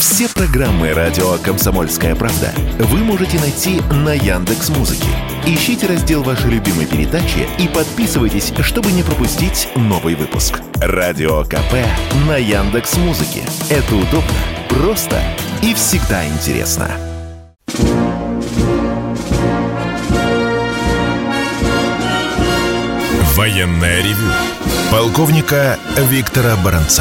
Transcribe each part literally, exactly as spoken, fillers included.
Все программы радио «Комсомольская правда» вы можете найти на Яндекс.Музыке. Ищите раздел вашей любимой передачи и подписывайтесь, чтобы не пропустить новый выпуск. Радио КП на Яндекс.Музыке. Это удобно, просто и всегда интересно. Военное ревю полковника Виктора Баранца.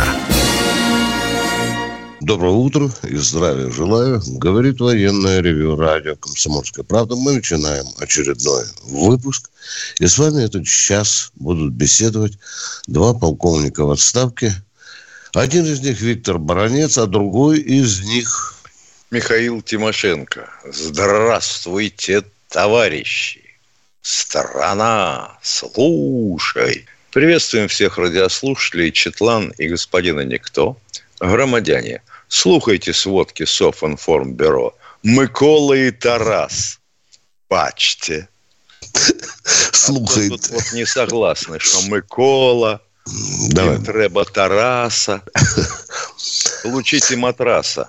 Доброе утро и здравия желаю. Говорит военное ревю радио «Комсомольская правда». Мы начинаем очередной выпуск. И с вами этот час будут беседовать два полковника в отставке. Один из них Виктор Баранец, а другой из них Михаил Тимошенко. Здравствуйте, товарищи! Страна, слушай! Приветствуем всех радиослушателей, Четлан и господина Никто. Громадяне, слухайте сводки Софинформбюро. Микола и Тарас. Бачте. Слухайте. А тут вот не согласны, что Микола, Давай. им треба Тараса. Получите матраса.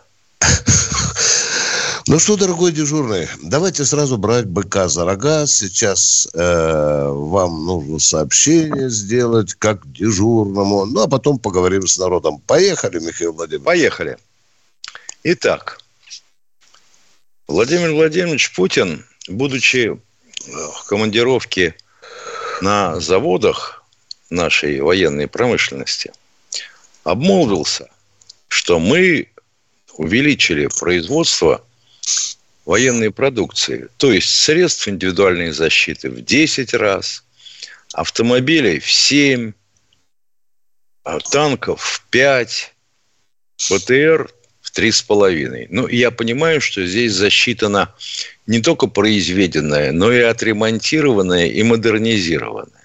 Ну что, дорогой дежурный, давайте сразу брать быка за рога. Сейчас э, вам нужно сообщение сделать как дежурному. Ну, а потом поговорим с народом. Поехали, Михаил Владимирович. Поехали. Итак, Владимир Владимирович Путин, будучи в командировке на заводах нашей военной промышленности, обмолвился, что мы увеличили производство военной продукции, то есть средств индивидуальной защиты в десять раз, автомобилей в семь, танков в пять, БТР в три с половиной. Ну, я понимаю, что здесь засчитано не только произведенное, но и отремонтированное и модернизированное.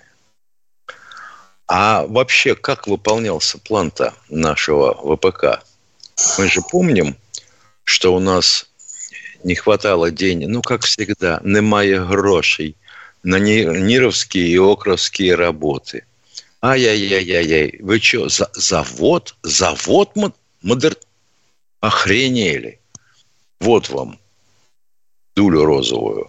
А вообще, как выполнялся план-то нашего ВПК? Мы же помним, что у нас не хватало денег, ну, как всегда, немає грошей на Нировские и Окровские работы. Ай-яй-яй-яй-яй. Вы что, за- завод? Завод модер... Охренели. Вот вам дулю розовую.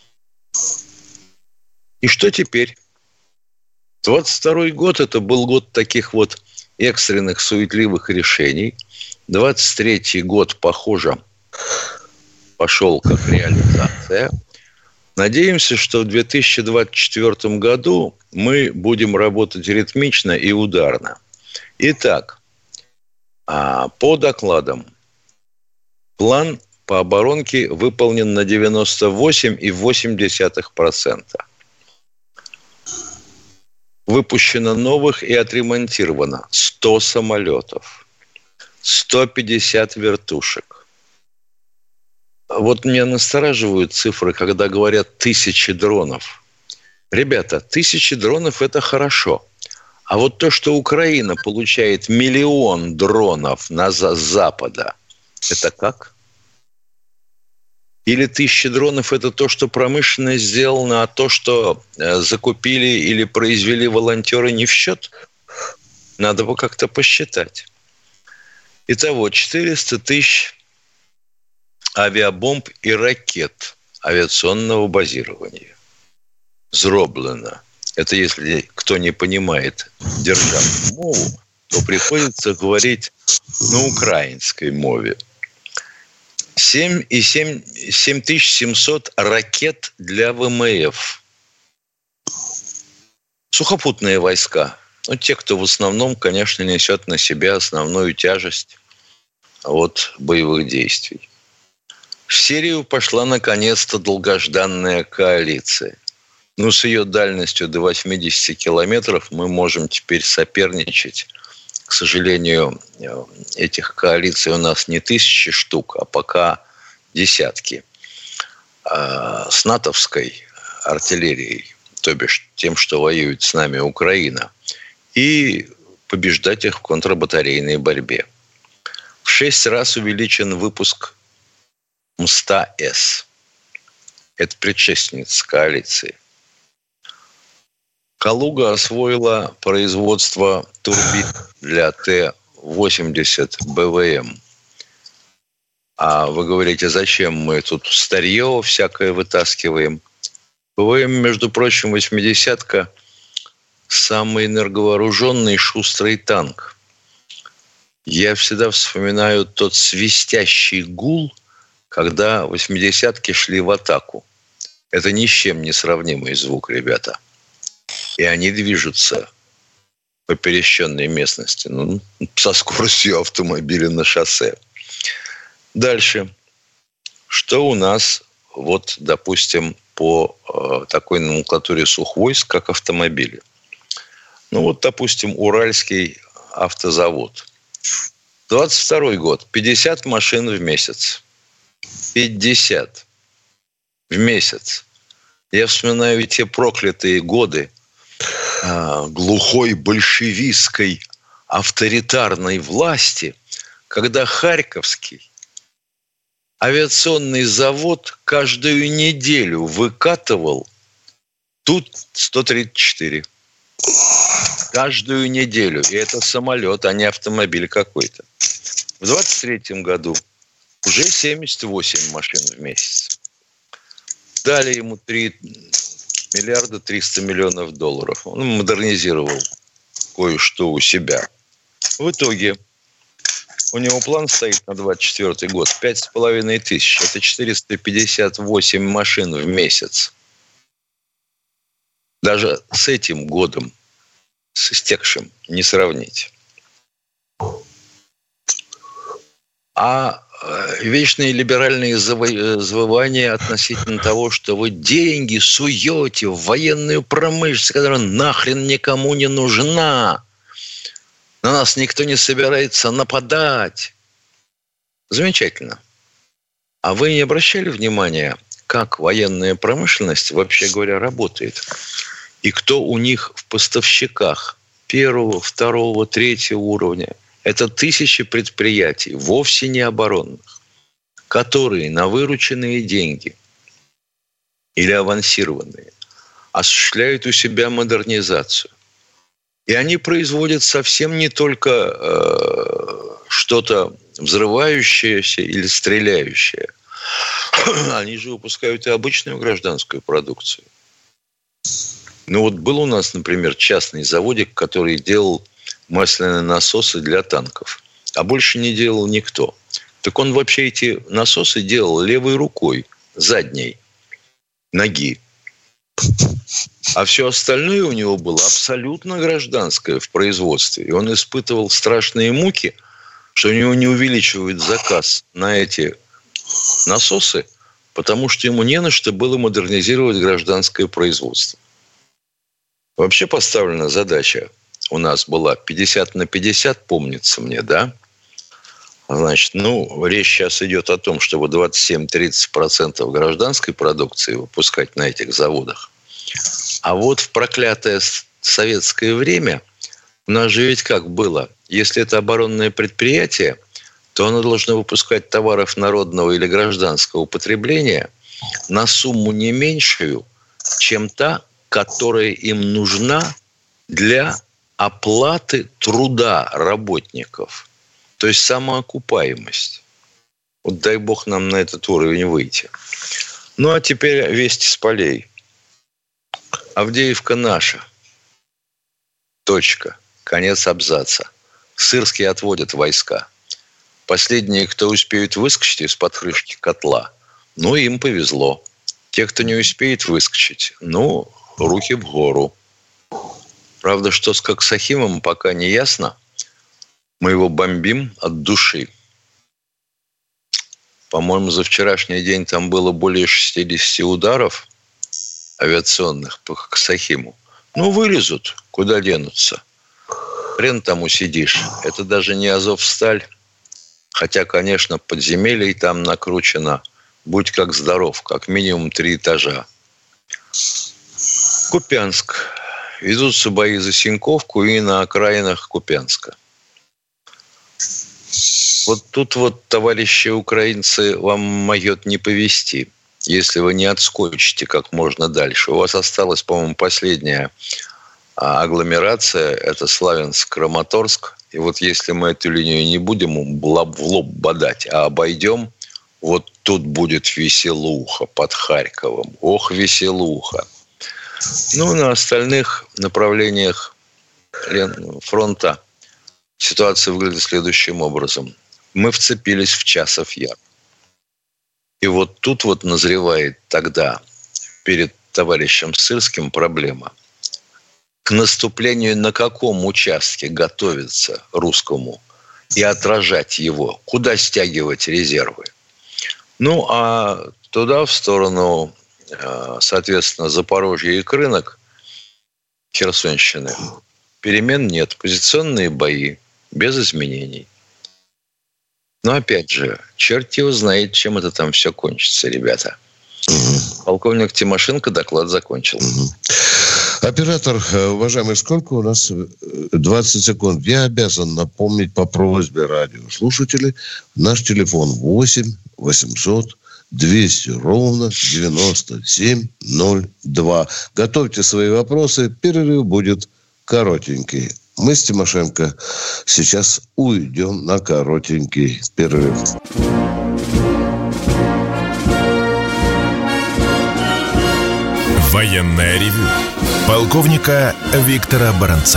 И что теперь? двадцать второй год – это был год таких вот экстренных, суетливых решений. двадцать третий год, похоже, пошел как реализация. Надеемся, что в две тысячи двадцать четвёртом году мы будем работать ритмично и ударно. Итак, по докладам, план по оборонке выполнен на девяносто восемь целых восемь десятых процента. Выпущено новых и отремонтировано сто самолетов, сто пятьдесят вертушек. Вот меня настораживают цифры, когда говорят тысячи дронов. Ребята, тысячи дронов – это хорошо. А вот то, что Украина получает миллион дронов на за- с Запада, это как? Или тысячи дронов – это то, что промышленно сделано, а то, что э, закупили или произвели волонтеры, не в счет? Надо бы как-то посчитать. Итого, четыреста тысяч авиабомб и ракет авиационного базирования. Зроблено. Это если кто не понимает державную мову, то приходится говорить на украинской мове. семь тысяч семьсот ракет для ВМФ. Сухопутные войска. Ну, те, кто в основном, конечно, несет на себя основную тяжесть от боевых действий. В Сирию пошла, наконец-то, долгожданная коалиция. Ну, с ее дальностью до восемьдесят километров мы можем теперь соперничать. К сожалению, этих коалиций у нас не тысячи штук, а пока десятки. А с натовской артиллерией, то бишь тем, что воюет с нами Украина, и побеждать их в контрбатарейной борьбе. В шесть раз увеличен выпуск МСТА-С. Это предшественница коалиции. Калуга освоила производство турбин для Т восемьдесят БВМ. А вы говорите, зачем мы тут старье всякое вытаскиваем? КВМ, между прочим, восьмидесятка – самый энерговооруженный шустрый танк. Я всегда вспоминаю тот свистящий гул, когда восьмидесятки шли в атаку. Это ни с чем не сравнимый звук, ребята. И они движутся по пересеченной местности, ну, со скоростью автомобиля на шоссе. Дальше. Что у нас, вот, допустим, по э, такой номенклатуре сухвойск, как автомобили? Ну, вот, допустим, Уральский автозавод. двадцать второй год. пятьдесят машин в месяц. пятьдесят в месяц. Я вспоминаю те проклятые годы э, глухой большевистской авторитарной власти, когда Харьковский авиационный завод каждую неделю выкатывал Ту сто тридцать четыре. Каждую неделю. И это самолет, а не автомобиль какой-то. В двадцать третьем году уже семьдесят восемь машин в месяц. Дали ему три миллиарда триста миллионов долларов. Он модернизировал кое-что у себя. В итоге у него план стоит на двадцать четвёртый год. Пять с половиной тысяч. Это четыреста пятьдесят восемь машин в месяц. Даже с этим годом, с истекшим, не сравнить. А вечные либеральные завывания относительно того, что вы деньги суете в военную промышленность, которая нахрен никому не нужна. На нас никто не собирается нападать. Замечательно. А вы не обращали внимания, как военная промышленность, вообще говоря, работает? И кто у них в поставщиках первого, второго, третьего уровня? Это тысячи предприятий, вовсе не оборонных, которые на вырученные деньги или авансированные осуществляют у себя модернизацию. И они производят совсем не только э, что-то взрывающееся или стреляющее. Они же выпускают и обычную гражданскую продукцию. Ну вот был у нас, например, частный заводик, который делал масляные насосы для танков. А больше не делал никто. Так он вообще эти насосы делал левой рукой, задней ноги. А все остальное у него было абсолютно гражданское в производстве. И он испытывал страшные муки, что у него не увеличивают заказ на эти насосы, потому что ему не на что было модернизировать гражданское производство. Вообще поставлена задача у нас была пятьдесят на пятьдесят, помнится мне, да? Значит, ну, речь сейчас идет о том, чтобы двадцать семь - тридцать процентов гражданской продукции выпускать на этих заводах. А вот в проклятое советское время у нас же ведь как было? Если это оборонное предприятие, то оно должно выпускать товаров народного или гражданского употребления на сумму не меньшую, чем та, которая им нужна для оплаты труда работников. То есть самоокупаемость. Вот дай бог нам на этот уровень выйти. Ну, а теперь вести с полей. Авдеевка наша. Точка. Конец абзаца. Сырские отводят войска. Последние, кто успеют выскочить из-под крышки котла, ну, им повезло. Те, кто не успеет выскочить, ну, руки в гору. Правда, что с Коксахимом, пока не ясно. Мы его бомбим от души. По-моему, за вчерашний день там было более шестьдесят ударов авиационных по Коксахиму. Ну, вылезут, куда денутся. Хрен там усидишь. Это даже не Азовсталь. Хотя, конечно, подземелье там накручено. Будь как здоров, как минимум три этажа. Купянск. Ведутся бои за Синьковку и на окраинах Купянска. Вот тут вот, товарищи украинцы, вам могет не повезти, если вы не отскочите как можно дальше. У вас осталась, по-моему, последняя агломерация, это Славянск-Краматорск. И вот если мы эту линию не будем в лоб бодать, а обойдем, Вот тут будет веселуха под Харьковом. Ох, веселуха. Ну, на остальных направлениях фронта ситуация выглядит следующим образом. Мы вцепились в Часов Яр. И вот тут вот назревает тогда перед товарищем Сырским проблема. К наступлению на каком участке готовиться русскому и отражать его? Куда стягивать резервы? Ну, а туда, в сторону, соответственно, Запорожья и Крынок, Херсонщины, перемен нет. Позиционные бои без изменений. Но, опять же, черт его знает, чем это там все кончится, ребята. Угу. Полковник Тимошенко доклад закончил. Угу. Оператор, уважаемый, сколько у нас? двадцать секунд. Я обязан напомнить по просьбе радиослушателей наш телефон восемь восемьсот двести ровно девяносто семь ноль два. Готовьте свои вопросы. Перерыв будет коротенький. Мы с Тимошенко сейчас уйдем на коротенький перерыв. Военное ревю полковника Виктора Баранца.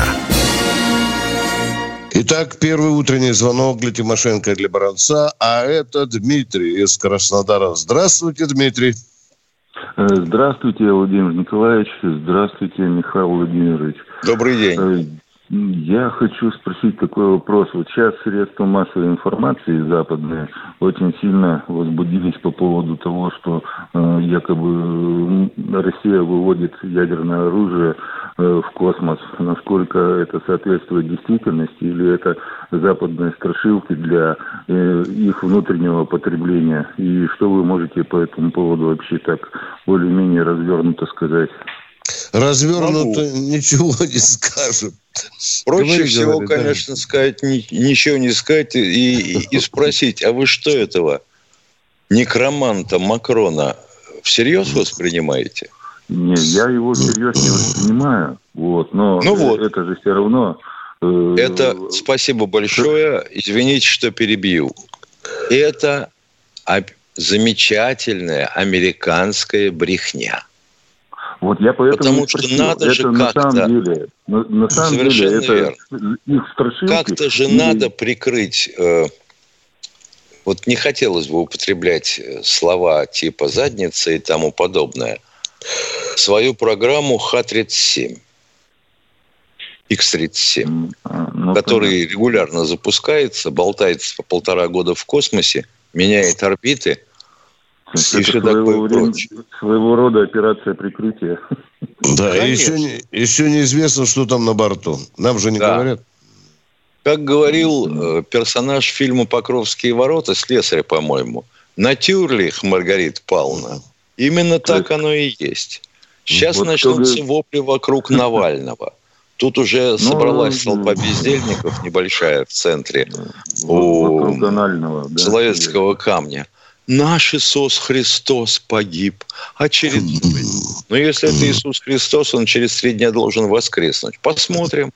Итак, первый утренний звонок для Тимошенко и для Баранца, а это Дмитрий из Краснодара. Здравствуйте, Дмитрий. Здравствуйте, Владимир Николаевич. Здравствуйте, Михаил Владимирович. Добрый день. Я хочу спросить такой вопрос. Вот сейчас средства массовой информации западные очень сильно возбудились по поводу того, что э, якобы Россия выводит ядерное оружие э, в космос. Насколько это соответствует действительности или это западные страшилки для э, их внутреннего потребления? И что вы можете по этому поводу вообще так более-менее развернуто сказать? Развернуто ничего не скажем. Проще Говори, всего, говори, конечно, да. сказать, ни, ничего не сказать и, и спросить, а вы что этого некроманта Макрона всерьез воспринимаете? Нет, я его всерьез не воспринимаю. Вот, но ну вот. Это же все равно... Э- это, спасибо большое, извините, что перебью. Это замечательная американская брехня. Вот я поэтому Потому спросил, что надо это же на как-то... самом деле, на, на самом Совершенно деле, верно. это их страшилки. Как-то же и... надо прикрыть... Э, вот не хотелось бы употреблять слова типа «задница» и тому подобное. Свою программу Х тридцать семь, Х тридцать семь, а, ну, который понятно. Регулярно запускается, болтается по полтора года в космосе, меняет орбиты, и все такое время, своего рода операция прикрытия. Да, и еще, не, еще неизвестно, что там на борту. Нам же не да. говорят. Как говорил э, персонаж фильма «Покровские ворота», слесарь, по-моему, «Натюрлих, Маргарита Павловна». Именно так оно и есть. Сейчас вот начнутся вы... вопли вокруг Навального. Тут уже ну, собралась толпа бездельников небольшая в центре у Соловецкого камня. Наш Иисус Христос погиб. Очередной. Но если это Иисус Христос, он через три дня должен воскреснуть. Посмотрим.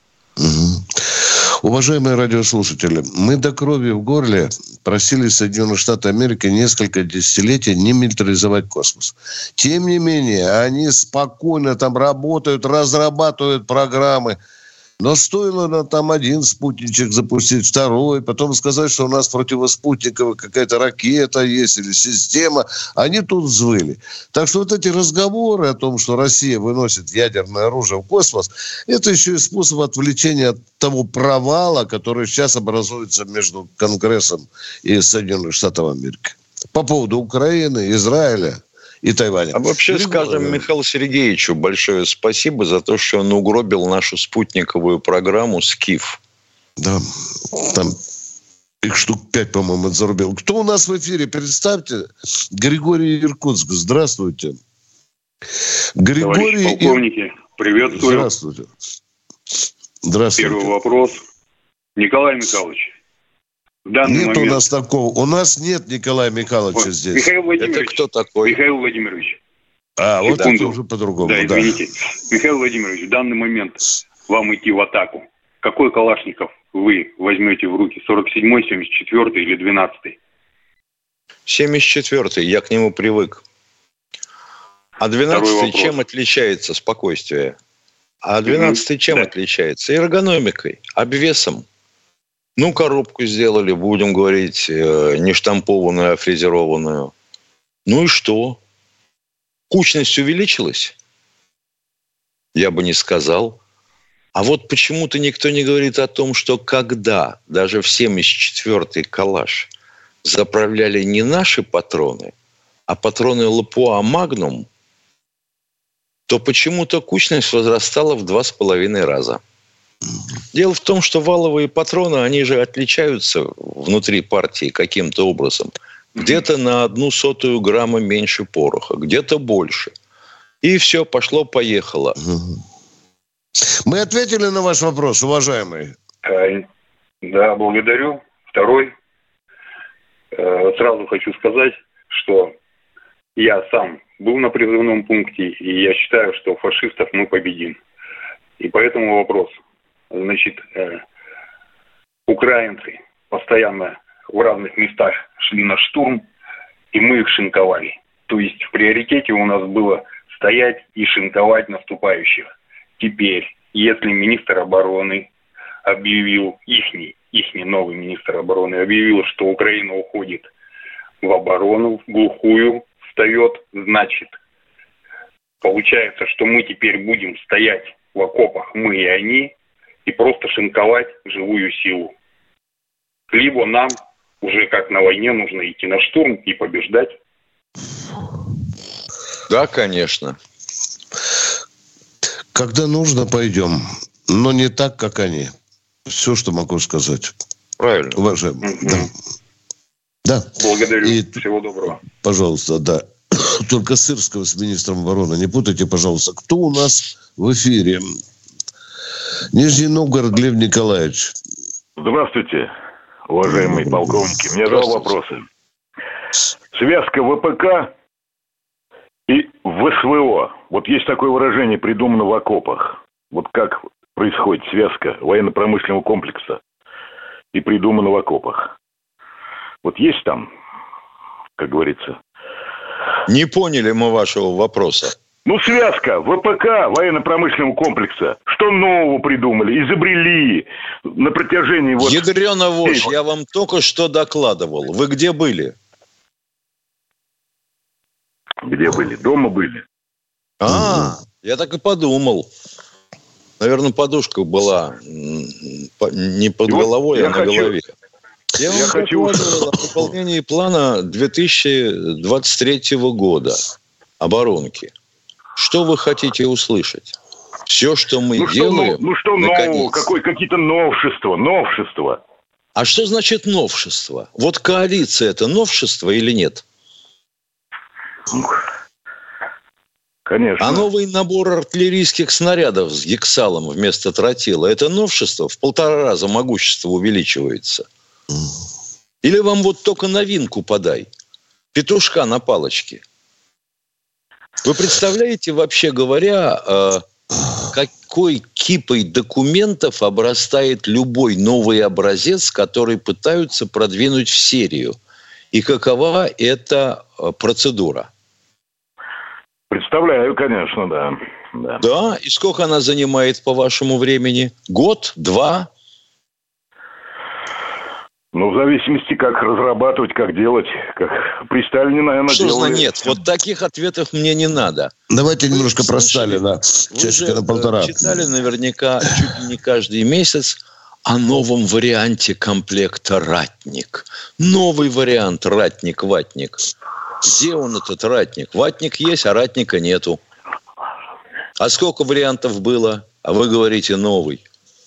Уважаемые радиослушатели, мы до крови в горле просили Соединенные Штаты Америки несколько десятилетий не милитаризовать космос. Тем не менее, они спокойно там работают, разрабатывают программы. Но стоило нам там один спутничек запустить, второй, потом сказать, что у нас противоспутниковая какая-то ракета есть или система, они тут взвыли. Так что вот эти разговоры о том, что Россия выносит ядерное оружие в космос, это еще и способ отвлечения от того провала, который сейчас образуется между Конгрессом и Соединенными Штатами Америки. По поводу Украины, Израиля и Тайваня. А вообще, Григорий... скажем, Михаилу Сергеевичу большое спасибо за то, что он угробил нашу спутниковую программу «Скиф». Да, там их штук пять, по-моему, зарубил. Кто у нас в эфире? Представьте. Григорий Иркутск. Здравствуйте. Григорий... Товарищи полковники, приветствую. Здравствуйте. Здравствуйте. Первый вопрос. Николай Михайлович. Нет момент... у нас такого. У нас нет Николая Михайловича вот, здесь. Михаил Владимирович. Это кто такой? Михаил Владимирович. А, вот это уже по-другому. Да, извините. Да. Михаил Владимирович, в данный момент вам идти в атаку. Какой Калашников вы возьмете в руки? сорок седьмой, семьдесят четвёртый или двенадцатый? семьдесят четвёртый, я к нему привык. А двенадцатый чем отличается? Спокойствие. А двенадцатый чем да. отличается? Эргономикой, обвесом. Ну, коробку сделали, будем говорить, не штампованную, а фрезерованную. Ну и что? Кучность увеличилась? Я бы не сказал. А вот почему-то никто не говорит о том, что когда даже в семьдесят четвёртый калаш заправляли не наши патроны, а патроны Лапуа Магнум, то почему-то кучность возрастала в два с половиной раза. Дело в том, что валовые патроны, они же отличаются внутри партии каким-то образом. Где-то на одну сотую грамма меньше пороха, где-то больше. И все, пошло-поехало. Мы ответили на ваш вопрос, уважаемый. Да, благодарю. Второй. Сразу хочу сказать, что я сам был на призывном пункте, и я считаю, что фашистов мы победим. И поэтому вопрос. Значит, украинцы постоянно в разных местах шли на штурм, и мы их шинковали. То есть в приоритете у нас было стоять и шинковать наступающих. Теперь, если министр обороны объявил, ихний, ихний новый министр обороны объявил, что Украина уходит в оборону, в глухую, встает, значит, получается, что мы теперь будем стоять в окопах, мы и они, и просто шинковать живую силу. Либо нам уже как на войне нужно идти на штурм и побеждать. Да, конечно. Когда нужно, пойдем. Но не так, как они. Все, что могу сказать. Правильно. Уважаемый. Mm-hmm. Да. Да. Благодарю. И, всего доброго. Пожалуйста, да. Только Сырского с министром обороны не путайте, пожалуйста. Кто у нас в эфире? Нижний Новгород, Глеб Николаевич. Здравствуйте, уважаемые полковники. У меня два вопроса. Связка ВПК и ВСВО. Вот есть такое выражение, придумано в окопах. Вот как происходит связка военно-промышленного комплекса и придумано в окопах. Вот есть там, как говорится... Не поняли мы вашего вопроса. Ну, связка ВПК, военно-промышленного комплекса. Что нового придумали, изобрели на протяжении... Вот... Ядрёна вошь, я вам только что докладывал. Вы где были? Где были? Дома были. А, я так и подумал. Наверное, подушка была не под и головой, вот а на хочу... голове. Я, я вам хочу о выполнении плана две тысячи двадцать третьего года оборонки. Что вы хотите услышать? Все, что мы ну, делаем... Что, ну, что нового? Какое, какие-то новшества, новшества. А что значит новшество? Вот коалиция – это новшество или нет? Конечно. А новый набор артиллерийских снарядов с гексалом вместо тротила – это новшество? В полтора раза могущество увеличивается. Или вам вот только новинку подай? Петушка на палочке. Вы представляете, вообще говоря, какой кипой документов обрастает любой новый образец, который пытаются продвинуть в серию? И какова эта процедура? Представляю, конечно, да. Да, да? И сколько она занимает по вашему времени? Год? Два? Ну, в зависимости, как разрабатывать, как делать. Как при Сталине, наверное, что делали. Нет, вот таких ответов мне не надо. Давайте Вы немножко про Сталина. Часика на полтора. Читали наверняка чуть ли не каждый месяц о новом варианте комплекта «Ратник». Новый вариант «Ратник-Ватник». Где он, этот «Ратник»? «Ватник» есть, а «Ратника» нету. А сколько вариантов было? А вы говорите «новый».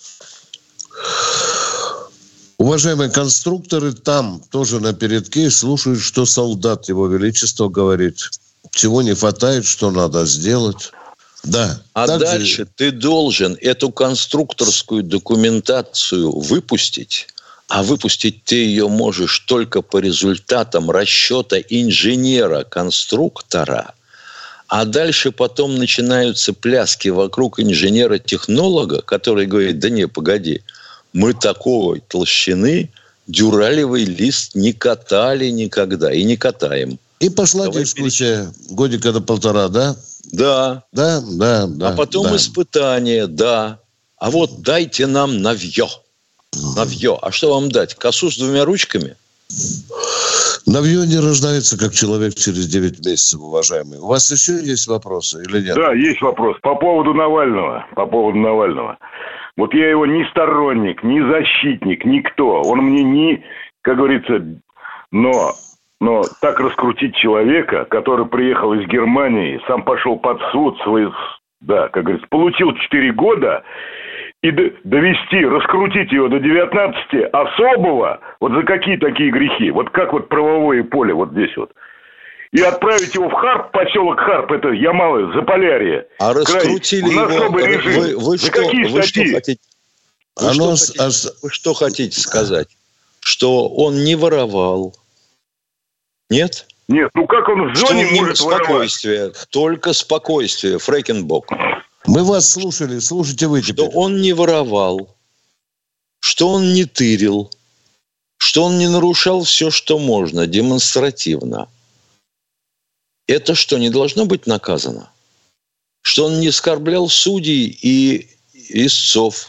Уважаемые конструкторы там тоже на передке слушают, что солдат Его Величества говорит. Чего не хватает, что надо сделать. Да. А также... дальше ты должен эту конструкторскую документацию выпустить, а выпустить ты ее можешь только по результатам расчета инженера-конструктора, а дальше потом начинаются пляски вокруг инженера-технолога, который говорит, да не, погоди, мы такой толщины, дюралевый лист не катали никогда и не катаем. И пошла Давай дискуссия переч... годика до полтора, да? Да. Да, да, да. А потом да. испытание, да. А вот дайте нам навье. Навье. А что вам дать? Косу с двумя ручками? Навье не рождается как человек через девять месяцев, уважаемый. У вас еще есть вопросы или нет? Да, есть вопрос. По поводу Навального. По поводу Навального. Вот я его ни сторонник, ни защитник, никто. Он мне не, как говорится, но, но так раскрутить человека, который приехал из Германии, сам пошел под суд, свой, да, как говорится, получил четыре года, и довести, раскрутить его до девятнадцати особого, вот за какие такие грехи? Вот как вот правовое поле вот здесь вот. И отправить его в Харп, поселок Харп, это Ямалы, Заполярье. А раскрутили его... Вы, вы, за что, какие вы, статьи? Что хотите, вы, Оно, что хотите, а... вы что хотите сказать? Что он не воровал? Нет? Нет, ну как он в зоне что может спокойствие, воровать? Только спокойствие, Фрекенбок. Мы вас слушали, слушайте вы теперь. Что он не воровал, что он не тырил, что он не нарушал все, что можно, демонстративно. Это что, не должно быть наказано? Что он не оскорблял судей и истцов?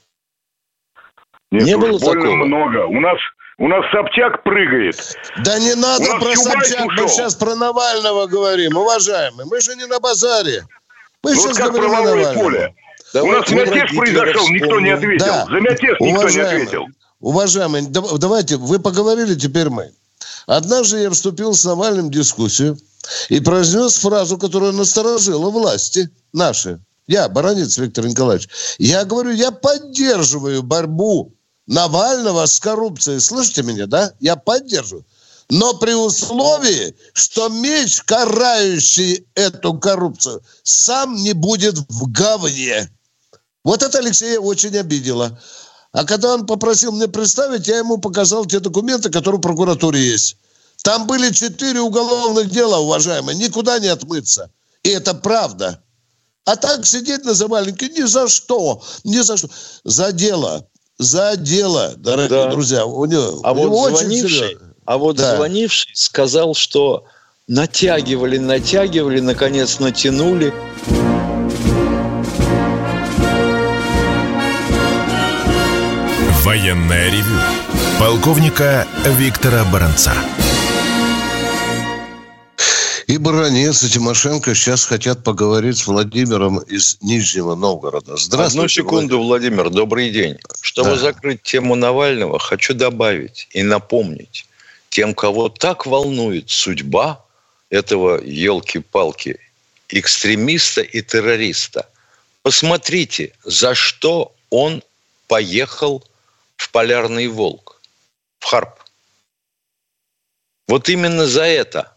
Нет, не было больно такого? много. У нас, у нас Собчак прыгает. Да не надо про Чубайс Собчак, ушел. мы сейчас про Навального говорим, уважаемый. Мы же не на базаре. Мы Ну, сейчас как говорим о правовое Навальном. поле. Да У вот нас мятеж произошел, никто не ответил. Да. За мятеж никто Уважаемый, не ответил. Уважаемый, давайте, вы поговорили, теперь мы. Однажды я вступил с Навальным в дискуссию и произнес фразу, которая насторожила власти наши. Я, Баранец Виктор Николаевич. Я говорю, я поддерживаю борьбу Навального с коррупцией. Слышите меня, да? Я поддерживаю. Но при условии, что меч, карающий эту коррупцию, сам не будет в говне. Вот это Алексея очень обидело. А когда он попросил мне представить, я ему показал те документы, которые в прокуратуре есть. Там были четыре уголовных дела, уважаемые. Никуда не отмыться. И это правда. А так сидеть на заваленке ни за что. Ни за что. За дело. За дело, дорогие да. друзья. У него, а, у вот него очень звонивший, серьезно. а вот да. звонивший сказал, что натягивали, натягивали, наконец натянули. Военное ревю полковника Виктора Баранца. И Баранец, и Тимошенко сейчас хотят поговорить с Владимиром из Нижнего Новгорода. Здравствуйте. Одну секунду, Владимир. Владимир, добрый день. Чтобы да. закрыть тему Навального, хочу добавить и напомнить тем, кого так волнует судьба этого, елки-палки, экстремиста и террориста. Посмотрите, за что он поехал в Полярный Волк, в Харп. Вот именно за это.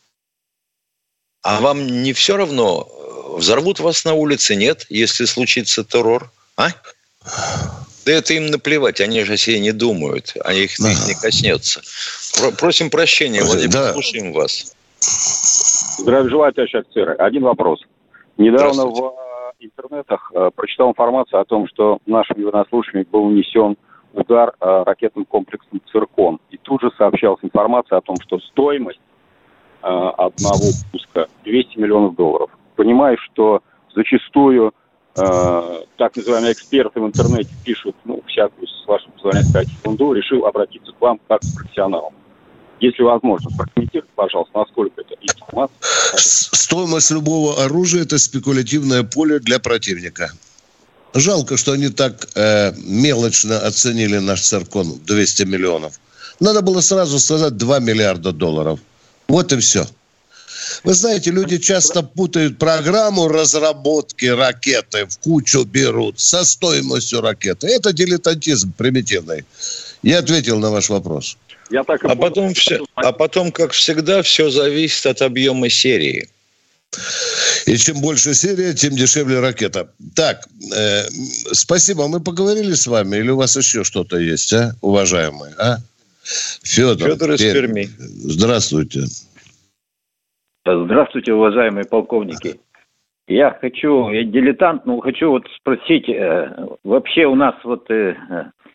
А вам не все равно, взорвут вас на улице, нет, если случится террор? А? Да это им наплевать, они же о себе не думают, они их, да. их не коснется. Просим прощения, Владимир, да. слушаем вас. Здравия желаю, товарищ офицеры. Один вопрос. Недавно в интернетах э, прочитал информацию о том, что нашим военнослужащим был нанесен удар э, ракетным комплексом «Циркон». И тут же сообщалась информация о том, что стоимость э, одного пуска двести миллионов долларов. Понимаю, что зачастую э, так называемые эксперты в интернете пишут, ну, всякую, с вашего позволения сказать, ерунду, решил обратиться к вам как к профессионалам. Если возможно, прокомментируйте, пожалуйста, насколько это информация. Стоимость любого оружия – это спекулятивное поле для противника. Жалко, что они так э, мелочно оценили наш циркон в двести миллионов. Надо было сразу сказать два миллиарда долларов. Вот и все. Вы знаете, люди часто путают программу разработки ракеты, в кучу берут со стоимостью ракеты. Это дилетантизм примитивный. Я ответил на ваш вопрос. Я так а, потом все, а потом, как всегда, все зависит от объема серии. И чем больше серия, тем дешевле ракета. Так, э, спасибо. Мы поговорили с вами, или у вас еще что-то есть, а, уважаемые? А? Федор, Федор из Перми. Здравствуйте. Здравствуйте, уважаемые полковники. Я хочу, я дилетант, но хочу вот спросить, э, вообще у нас вот... Э,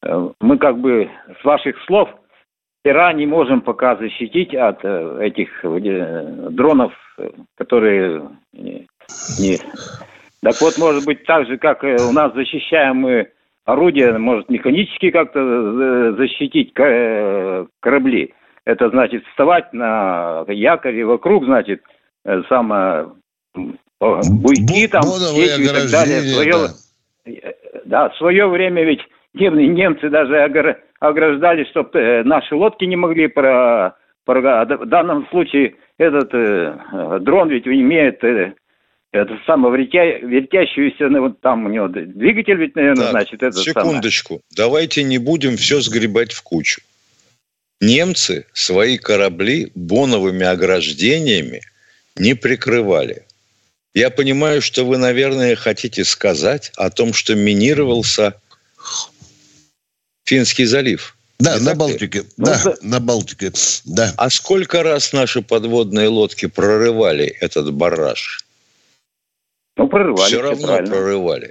мы как бы с ваших слов Иран не можем пока защитить от этих дронов, которые не... Так вот, может быть, так же, как у нас защищаем мы орудия, может, механически как-то защитить корабли. Это значит вставать на якоре вокруг, значит, самое буйки там, сети и так далее. В свое, да. да, в свое время ведь немцы даже ограждали, чтобы наши лодки не могли про... про в данном случае этот э, дрон ведь имеет... Э, это самое вертя, вертящуюся, вот там у него двигатель ведь, наверное, так, значит, это секундочку. Самое. Давайте не будем все сгребать в кучу. Немцы свои корабли боновыми ограждениями не прикрывали. Я понимаю, что вы, наверное, хотите сказать о том, что минировался Финский залив. Да, на Балтике. Да, ну, на Балтике. Да. А сколько раз наши подводные лодки прорывали этот барраж? Ну, прорывали. Все равно правильно. прорывали.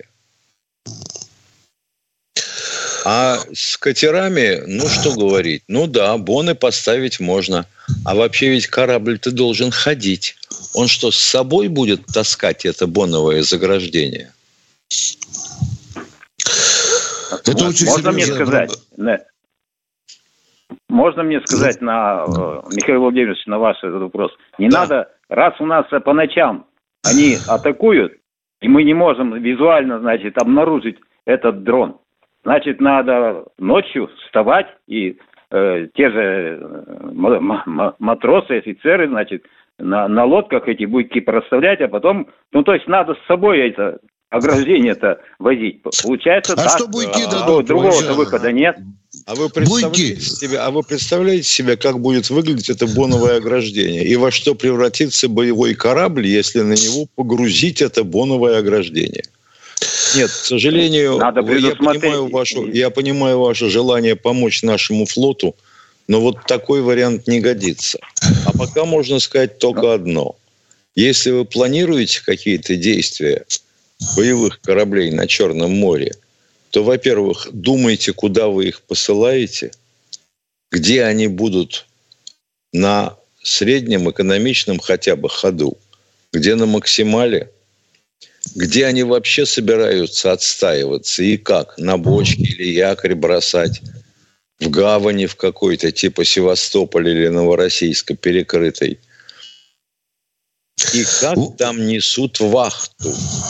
А с катерами, ну, что говорить? Ну, да, боны поставить можно. А вообще ведь корабль-то должен ходить. Он что, с собой будет таскать это боновое заграждение? Это вот, очень можно мне сказать? Да. Можно мне сказать, на Михаил Владимирович, на ваш этот вопрос? Не да. надо, раз у нас по ночам они атакуют, и мы не можем визуально, значит, обнаружить этот дрон. Значит, надо ночью вставать, и э, те же м- м- матросы, офицеры, значит, на, на лодках эти буйки проставлять, а потом, ну, то есть надо с собой это ограждение-то возить. Получается а так. Что буйки а, дадут? Другого-то выхода нет. А вы, представляете себе, а вы представляете себе, как будет выглядеть это боновое ограждение? И во что превратится боевой корабль, если на него погрузить это боновое ограждение? Нет, к сожалению, Надо вы, я, понимаю вашу, я понимаю ваше желание помочь нашему флоту, но вот такой вариант не годится. А пока можно сказать только одно. Если вы планируете какие-то действия боевых кораблей на Черном море, то, во-первых, думайте, куда вы их посылаете, где они будут на среднем экономичном хотя бы ходу, где на максимале, где они вообще собираются отстаиваться и как, на бочке или якорь бросать, в гавани в какой-то, типа Севастополя или Новороссийска перекрытой, и как там несут вахту.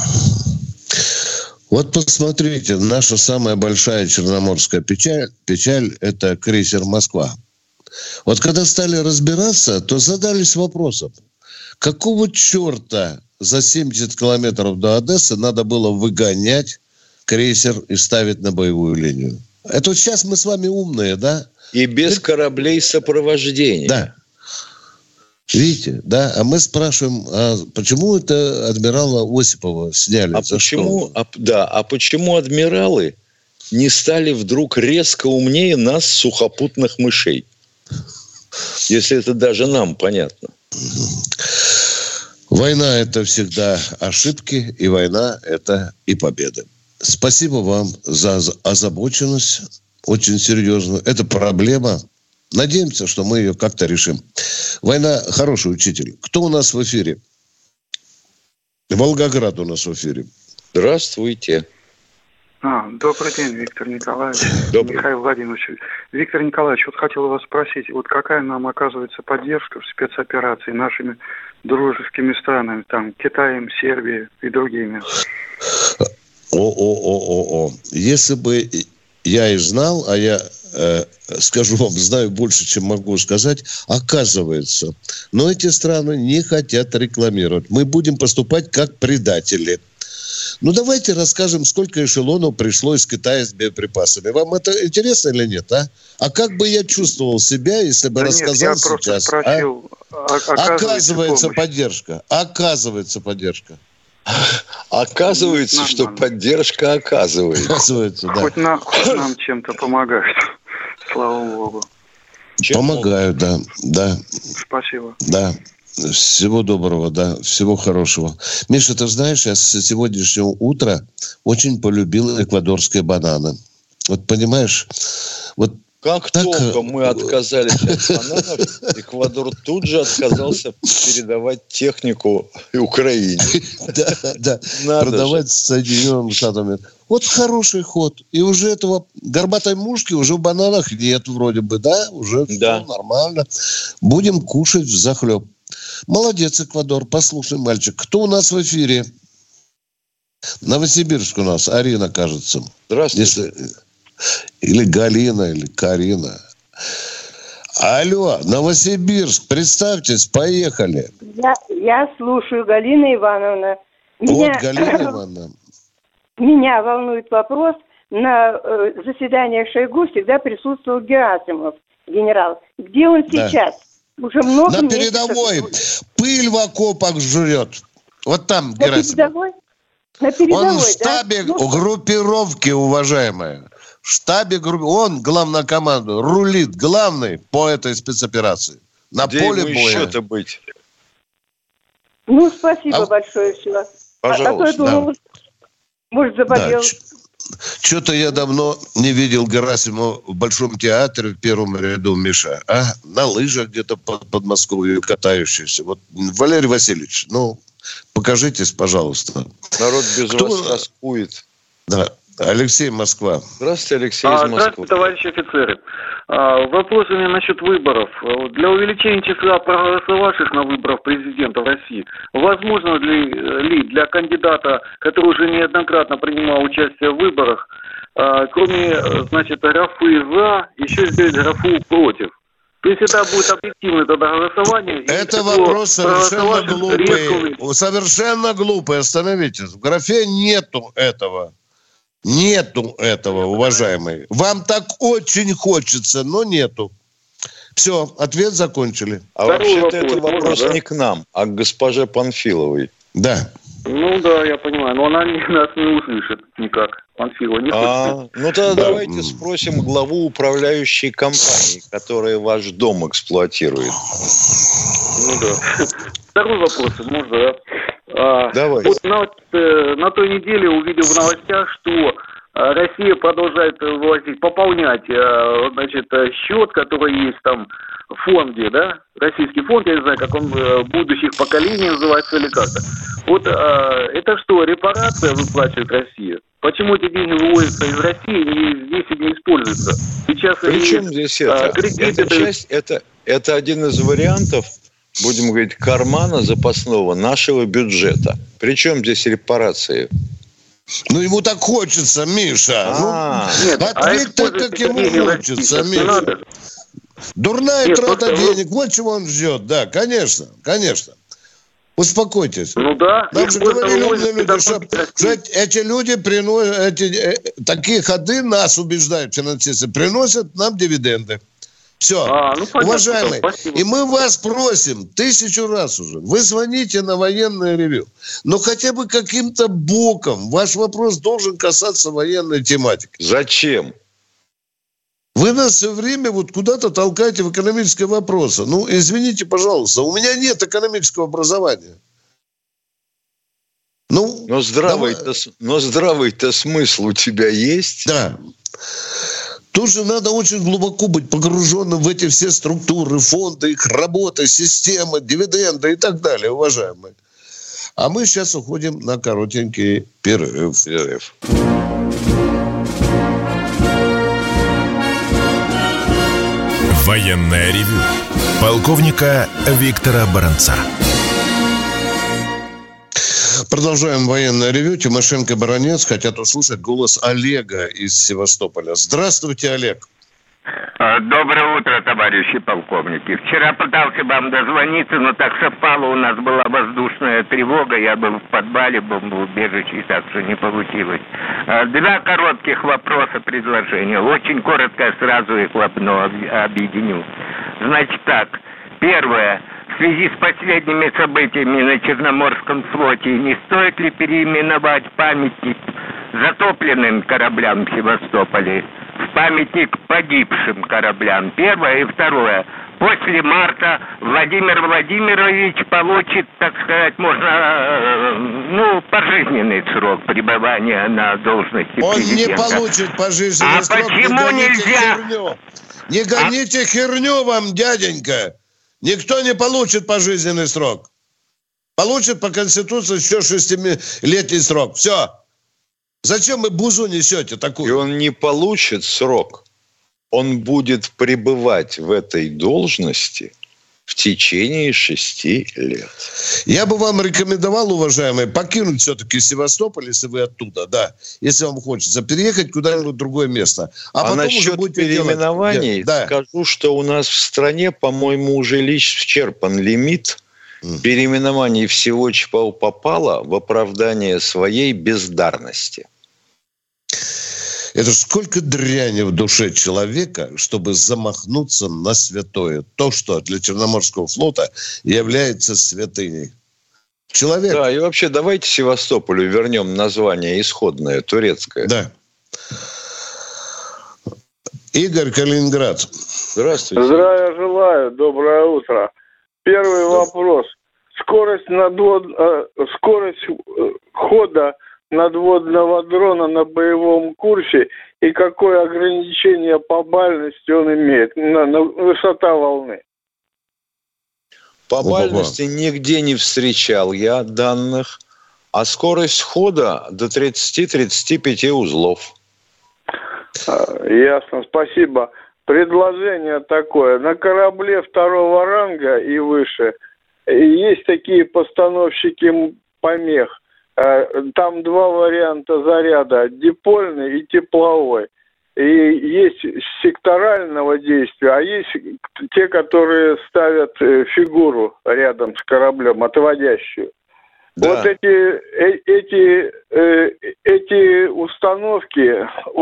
Вот посмотрите, наша самая большая черноморская печаль, печаль – это крейсер «Москва». Вот когда стали разбираться, то задались вопросом, какого черта за семьдесят километров до Одессы надо было выгонять крейсер и ставить на боевую линию? Это вот сейчас мы с вами умные, да? И без кораблей сопровождения. Да. Видите, да? А мы спрашиваем, а почему это адмирала Осипова сняли? А почему, а, да, а почему адмиралы не стали вдруг резко умнее нас, сухопутных мышей? Если это даже нам понятно. Война – это всегда ошибки, и война – это и победы. Спасибо вам за озабоченность, очень серьезную. Это проблема. Надеемся, что мы ее как-то решим. Война – хороший учитель. Кто у нас в эфире? Волгоград у нас в эфире. Здравствуйте. А, добрый день, Виктор Николаевич. Добрый. Михаил Владимирович. Виктор Николаевич, вот хотел вас спросить, вот какая нам оказывается поддержка в спецоперации нашими дружескими странами, там, Китаем, Сербией и другими? О-о-о-о-о. Если бы я и знал, а я э, скажу вам, знаю больше, чем могу сказать, оказывается, но эти страны не хотят рекламировать. Мы будем поступать как предатели. Ну, давайте расскажем, сколько эшелонов пришло из Китая с боеприпасами. Вам это интересно или нет, а? А как бы я чувствовал себя, если бы да рассказал нет, я сейчас? Спросил, а? Оказывается помощь. поддержка. Оказывается поддержка. Оказывается, нам, что нам. поддержка оказывается. Оказывается, да. Хоть, на, хоть нам чем-то помогают. Слава Богу. Чем Помогают, да, да. Спасибо. Да. Всего доброго, да, всего хорошего. Миша, ты знаешь, я с сегодняшнего утра очень полюбил эквадорские бананы. Вот понимаешь, вот как так... только мы отказались от бананов, Эквадор тут же отказался передавать технику Украине. Да, да, продавать Соединенным Штатам. Вот хороший ход. И уже этого горбатой мушки уже в бананах нет вроде бы, да? Уже все нормально. Будем кушать взахлеб. Молодец, Эквадор. Послушай, мальчик, кто у нас в эфире? Новосибирск у нас. Арина, кажется. Здравствуйте. Если... Или Галина, или Карина. Алло, Новосибирск, представьтесь, поехали. Я, я слушаю, Галина Ивановна. Меня, вот, Галина Ивановна. Меня волнует вопрос. На э, заседаниях Шойгу всегда присутствовал Герасимов, генерал. Где он да. сейчас? Уже много На передовой. Пыль в окопах жрет. Вот там на Герасимов. Передовой? На передовой, он в штабе да? группировки, уважаемая. В штабе группировки. Он главнокомандует, рулит, главный по этой спецоперации. На Где поле ему боя. еще-то быть? Ну, спасибо а... большое. Все. Пожалуйста. А то я думала, да. может, заболел. Да. Что-то я давно не видел Герасимова в Большом театре в первом ряду, Миша. А? На лыжах где-то под Подмосковье катающийся. Вот, Валерий Васильевич, ну, покажитесь, пожалуйста. Народ без Кто... вас тоскует. Да. Алексей, Москва. Здравствуйте, Алексей из а, Москвы. Здравствуйте, товарищи офицеры. А, вопрос у меня насчет выборов. Для увеличения числа проголосовавших на выборах президента в России, возможно ли, ли для кандидата, который уже неоднократно принимал участие в выборах, а, кроме, значит, графы «за», еще сделать графу «против»? То есть это будет объективное тогда голосование. Это вопрос совершенно глупый. Совершенно глупый. Остановитесь. В графе нету этого. Нету этого, уважаемые. Вам так очень хочется, но нету. Все, ответ закончили. А Второй вообще-то вопрос, это вопрос можно, не да? к нам, а к госпоже Панфиловой. Да. Ну да, я понимаю, но она нас не услышит никак. Панфилова не а, слышит. Ну тогда да. давайте спросим главу управляющей компании, которая ваш дом эксплуатирует. Ну да. Второй вопрос, можно, да? А, Давай. Вот на, на той неделе увидел в новостях, что Россия продолжает вывозить, пополнять, значит, счет, который есть там в фонде, да, российский фонд, я не знаю, как он будущих поколений называется или как-то. Вот это что, репарация выплачивает Россия? Почему эти деньги выводятся из России и здесь и не используются? Сейчас Причем здесь это? Кредиты, Эта часть, это, это один из вариантов, будем говорить, кармана запасного нашего бюджета. Причем здесь репарации? Ну, ему так хочется, Миша. А, ну, нет, ответь а так, как ему хочется, Миша. Дурная нет, трата просто... денег. Вот чего он ждет. Да, конечно, конечно. Успокойтесь. Ну да. Нам же говорили умные люди, что, что эти люди приносят, эти, э, такие ходы нас убеждают, финансисты, приносят нам дивиденды. Все, а, ну, понятно, уважаемые, спасибо. и мы вас просим тысячу раз уже, вы звоните на военное ревью, но хотя бы каким-то боком ваш вопрос должен касаться военной тематики. Зачем? Вы нас все время вот куда-то толкаете в экономические вопросы. Ну, извините, пожалуйста, у меня нет экономического образования. Ну, но здравый-то, но здравый-то смысл у тебя есть? Да. Тут же надо очень глубоко быть погруженным в эти все структуры, фонды, их работы, системы, дивиденды и так далее, уважаемые. А мы сейчас уходим на коротенький перерыв. перерыв. Военное ревю полковника Виктора Баранца. Продолжаем военное ревю. Тимошенко и Баранец хотят услышать голос Олега из Севастополя. Здравствуйте, Олег. Доброе утро, товарищи полковники. Вчера пытался вам дозвониться, но так совпало, у нас была воздушная тревога, я был в подвале, бомбоубежище, так что не получилось. Два коротких вопроса, предложения. Очень коротко, сразу их в одно объединю. Значит так, первое. В связи с последними событиями на Черноморском флоте не стоит ли переименовать памятник затопленным кораблям в Севастополе в памятник погибшим кораблям? Первое. И второе. после марта Владимир Владимирович получит, так сказать, можно, ну, пожизненный срок пребывания на должности Он президента. не получит пожизненный а срок. почему не нельзя? Херню. Не гоните а... херню вам, дяденька. Никто не получит пожизненный срок. Получит по Конституции еще шестилетний срок. Все. Зачем вы бузу несете такую? И он не получит срок. Он будет пребывать в этой должности в течение шести лет. Я бы вам рекомендовал, уважаемые, покинуть все-таки Севастополь, если вы оттуда, да. Если вам хочется, переехать куда-нибудь в другое место. А, а потом насчет уже переименований да. скажу, что у нас в стране, по-моему, уже лишь исчерпан лимит mm. переименований всего, чего попало, в оправдание своей бездарности. Это сколько дряни в душе человека, чтобы замахнуться на святое. То, что для Черноморского флота является святыней. Человек... Да, и вообще давайте Севастополю вернем название исходное, турецкое. Да. Игорь, Калининград. Здравствуйте. Здравия желаю, доброе утро. Первый да. вопрос. Скорость, надвод... Скорость хода надводного дрона на боевом курсе и какое ограничение по бальности он имеет, на, на высота волны? По бальности нигде не встречал я данных, а скорость хода до тридцать-тридцать пять узлов. Ясно, спасибо. Предложение такое. На корабле второго ранга и выше есть такие постановщики помех. Там два варианта заряда, дипольный и тепловой. И есть секторального действия, а есть те, которые ставят фигуру рядом с кораблем, отводящую. Да. Вот эти, эти, эти установки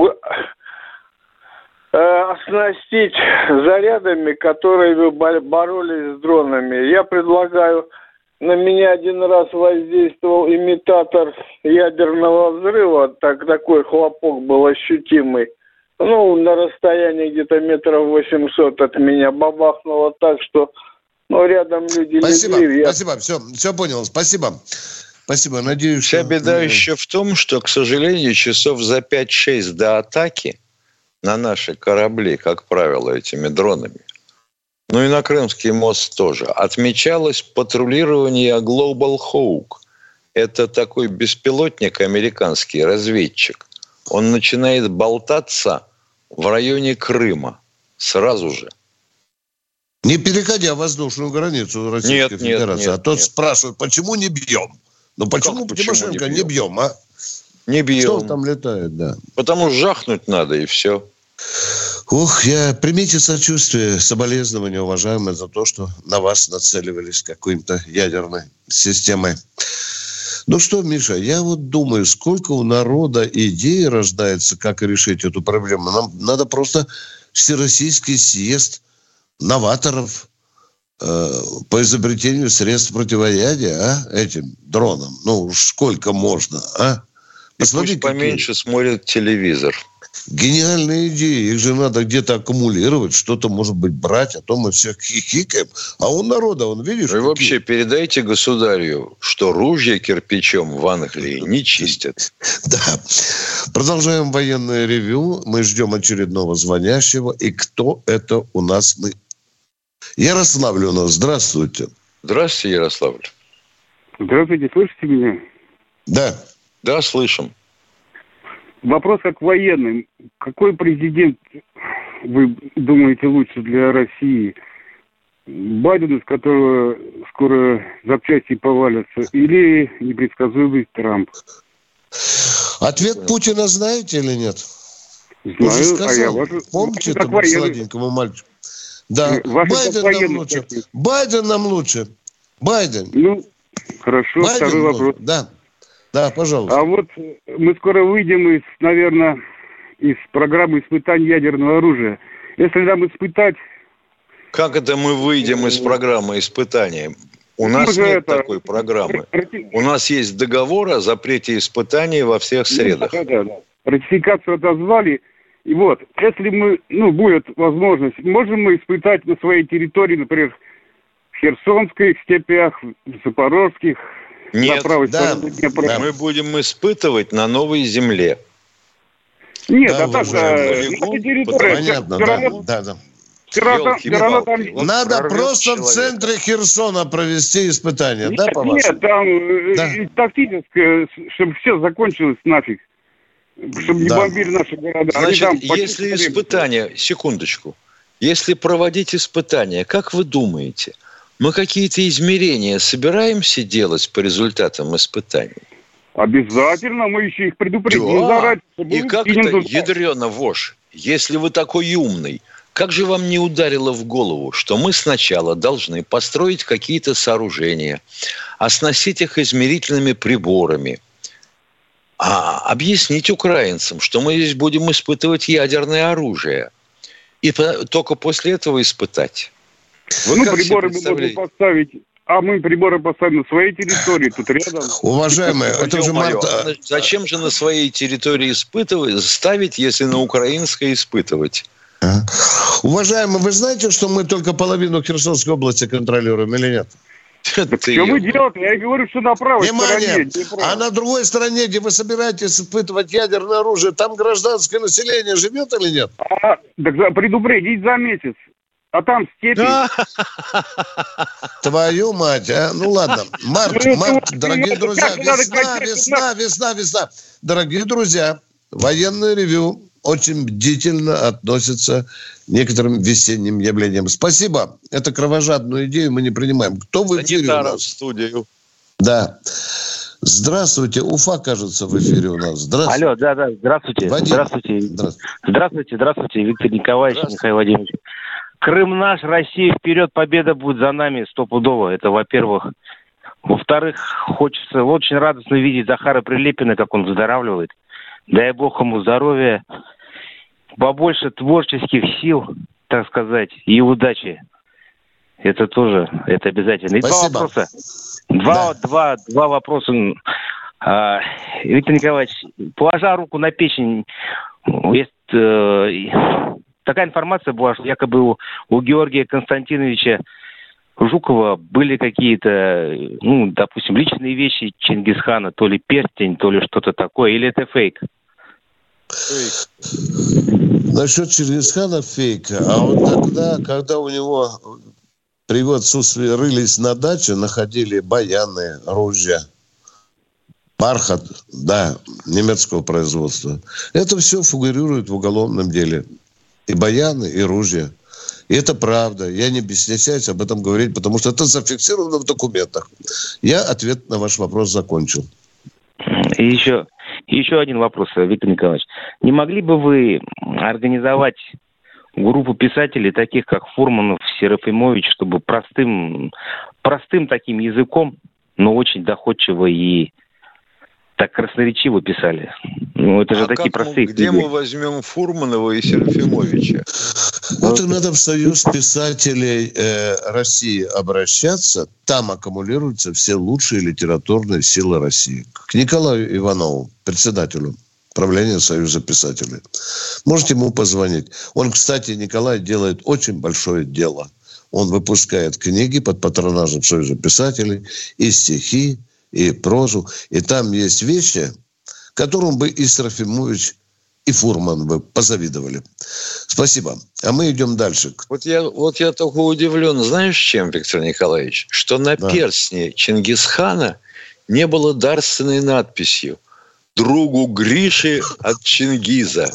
оснастить зарядами, которые бы боролись с дронами. Я предлагаю... На меня один раз воздействовал имитатор ядерного взрыва. Так, такой хлопок был ощутимый. Ну, на расстоянии где-то метров восемьсот от меня бабахнуло так, что ну, рядом люди... Спасибо, легли, я... спасибо. Все, все понял. Спасибо. Спасибо. Надеюсь, Вся что... беда еще в том, что, к сожалению, часов за пять-шесть до атаки на наши корабли, как правило, этими дронами, ну и на Крымский мост тоже, отмечалось патрулирование Global Hawk. Это такой беспилотник американский, разведчик. Он начинает болтаться в районе Крыма сразу же. Не переходя воздушную границу Российской нет, Федерации. Нет, а тот нет. спрашивает, почему не бьем? Ну почему как, Тимошенко почему не бьем? не бьем, а? Не бьем. Что он там летает, да. Потому что жахнуть надо, и все. Ух, я примите сочувствие, соболезнования, уважаемые, за то, что на вас нацеливались какой-то ядерной системой. Ну что, Миша, я вот думаю, сколько у народа идей рождается, как решить эту проблему. Нам надо просто всероссийский съезд новаторов э, по изобретению средств противоядия, а, этим дронам. Ну, сколько можно, а? Посмотри, пусть поменьше какие... смотрят телевизор. Гениальные идеи. Их же надо где-то аккумулировать, что-то, может быть, брать, а то мы всех хихикаем. А у народа, он, видишь... И вообще, передайте государю, что ружья кирпичом в Англии не чистят. Да. Продолжаем военное ревью. Мы ждем очередного звонящего. И кто это у нас? Мы... Ярославль у нас. Здравствуйте. Здравствуйте, Ярославль. Здравствуйте, слышите меня? Да. Да, слышим. Вопрос как военный. Какой президент, вы думаете, лучше для России? Байден, из которого скоро запчасти повалятся, или непредсказуемый Трамп? Ответ Путина знаете или нет? Знаю, а я вашу... Помните этому сладенькому мальчику? Да. Байден нам лучше. Хотите. Байден нам лучше. Байден. Ну, хорошо, Байден второй вопрос. Лучше. Да. Да, пожалуйста. А вот мы скоро выйдем из, наверное, из программы испытаний ядерного оружия. Если нам испытать... Как это мы выйдем из программы испытаний? У нас нет это... такой программы. У нас есть договор о запрете испытаний во всех средах. Да, да, да. Ратификацию отозвали, И вот, если мы, ну, будет возможность, можем мы испытать на своей территории, например, в Херсонских степях, в Запорожских, Нет, на правой да, стороне Днепра. мы будем испытывать на новой земле. Нет, Да, а так, уважаемый. наша территория, Понятно, все да, равно, да, да. все равно, все равно там... Надо прорвет просто человека. в центре Херсона провести испытания, Нет, да, по-вашему? нет, там э, Да. и тактическое, чтобы все закончилось нафиг. Чтобы не Да. бомбили наши города. Они Значит, там если почти испытания, секундочку, если проводить испытания, как вы думаете, мы какие-то измерения собираемся делать по результатам испытаний? Обязательно, мы еще их предупредим Да. заранее. чтобы И мы как кинем это туда. ядрёно вошь, если вы такой умный, как же вам не ударило в голову, что мы сначала должны построить какие-то сооружения, оснастить их измерительными приборами, а объяснить украинцам, что мы здесь будем испытывать ядерное оружие, и по- только после этого испытать? Вы Ну, как себе приборы мы можем представляете? поставить, а мы приборы поставим на своей территории, тут рядом. Уважаемые, это же Ё-моё, март... а зачем же на своей территории испытывать, ставить, если на украинской испытывать? Уважаемые, вы знаете, что мы только половину Херсонской области контролируем или нет? Что мы делаем? Я и говорю, что на правой Внимание! стороне. Днепра. А на другой стороне, где вы собираетесь испытывать ядерное оружие, там гражданское население живет или нет? А, так за- предупредить за месяц. А там степи. Твою мать, а? Ну ладно. Март, Ну, март, ну, дорогие ну, друзья, как надо весна, конкретно весна, весна, весна. Дорогие друзья, военное ревю очень бдительно относится к некоторым весенним явлениям. Спасибо. Это кровожадную идею мы не принимаем. Кто в эфире у Санитаров в нас? студию. Да. Здравствуйте. Уфа, кажется, в эфире у нас. Здравствуйте. Алло, да, да, здравствуйте. Вадим. Здравствуйте. Здравствуйте. Здравствуйте, здравствуйте, Виктор Николаевич, Михаил Владимирович. Крым наш, Россия вперед, победа будет за нами стопудово. Это, во-первых. Во-вторых, хочется очень радостно видеть Захара Прилепина, как он выздоравливает. Дай бог ему здоровья, побольше творческих сил, так сказать, и удачи. Это тоже, это обязательно. И Спасибо. два вопроса. Два, два, два вопроса. А, Виктор Николаевич, положа руку на печень, есть э, такая информация была, что якобы у, у Георгия Константиновича Жукова были какие-то, ну, допустим, личные вещи Чингисхана, то ли перстень, то ли что-то такое, или это фейк? Насчет Чингисхана фейк. А вот тогда, когда у него при его отсутствии рылись на даче, находили баяны, ружья, бархат, да, немецкого производства. Это все фигурирует в уголовном деле. И баяны, и ружья. И это правда. Я не стесняюсь об этом говорить, потому что это зафиксировано в документах. Я ответ на ваш вопрос закончил. И еще, и еще один вопрос, Виктор Николаевич. Не могли бы вы организовать группу писателей, таких как Фурманов, Серафимович, чтобы простым, простым таким языком, но очень доходчиво и так красноречиво писали? Ну, это же А такие как мы- простые где книги. мы возьмем Фурманова и Серафимовича? Вот и надо в Союз писателей э, России обращаться. Там аккумулируются все лучшие литературные силы России. К Николаю Иванову, председателю правления Союза писателей. Можете ему позвонить. Он, кстати, Николай делает очень большое дело. Он выпускает книги под патронажем Союза писателей, и стихи, и прозу. И там есть вещи, которым бы и Серафимович, и Фурман бы позавидовали. Спасибо. А мы идем дальше. Вот я, вот я только удивлен, знаешь, чем, Виктор Николаевич? Что на Да. перстне Чингисхана не было дарственной надписью «Другу Гриши от Чингиза».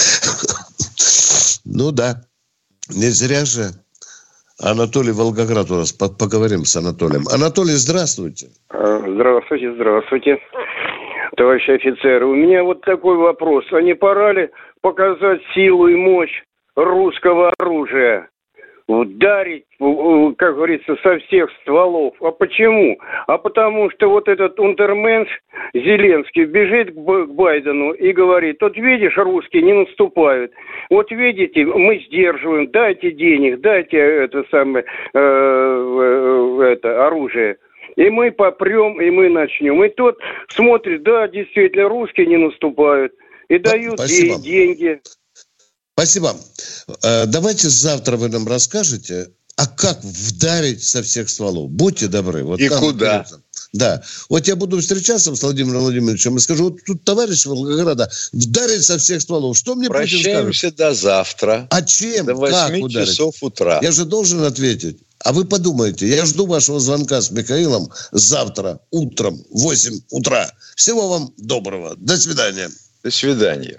Ну да. Не зря же Анатолий Волгоград у нас. По- Поговорим с Анатолием. Анатолий, здравствуйте. Здравствуйте, здравствуйте, товарищи офицеры. У меня вот такой вопрос. А не пора ли показать силу и мощь русского оружия? Ударить, как говорится, со всех стволов. А почему? А потому что вот этот унтерменш Зеленский бежит к Б- к Байдену и говорит: вот видишь, русские не наступают. Вот видите, мы сдерживаем, дайте денег, дайте это самое э, э, это оружие. И мы попрем, и мы начнем. И тот смотрит, да, действительно, русские не наступают. И дают Спасибо. ей деньги. Спасибо. Давайте завтра вы нам расскажете, а как вдарить со всех стволов? Будьте добры. Вот и куда? Говорится. Да. Вот я буду встречаться с Владимиром Владимировичем и скажу, вот тут товарищ Волгограда вдарит со всех стволов. Что мне Путин скажет? Прощаемся до завтра. А чем? До восьми часов утра. Я же должен ответить. А вы подумайте, я жду вашего звонка с Михаилом завтра утром в восемь утра. Всего вам доброго. До свидания. До свидания.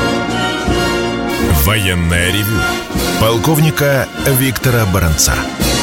Военное ревю полковника Виктора Баранца.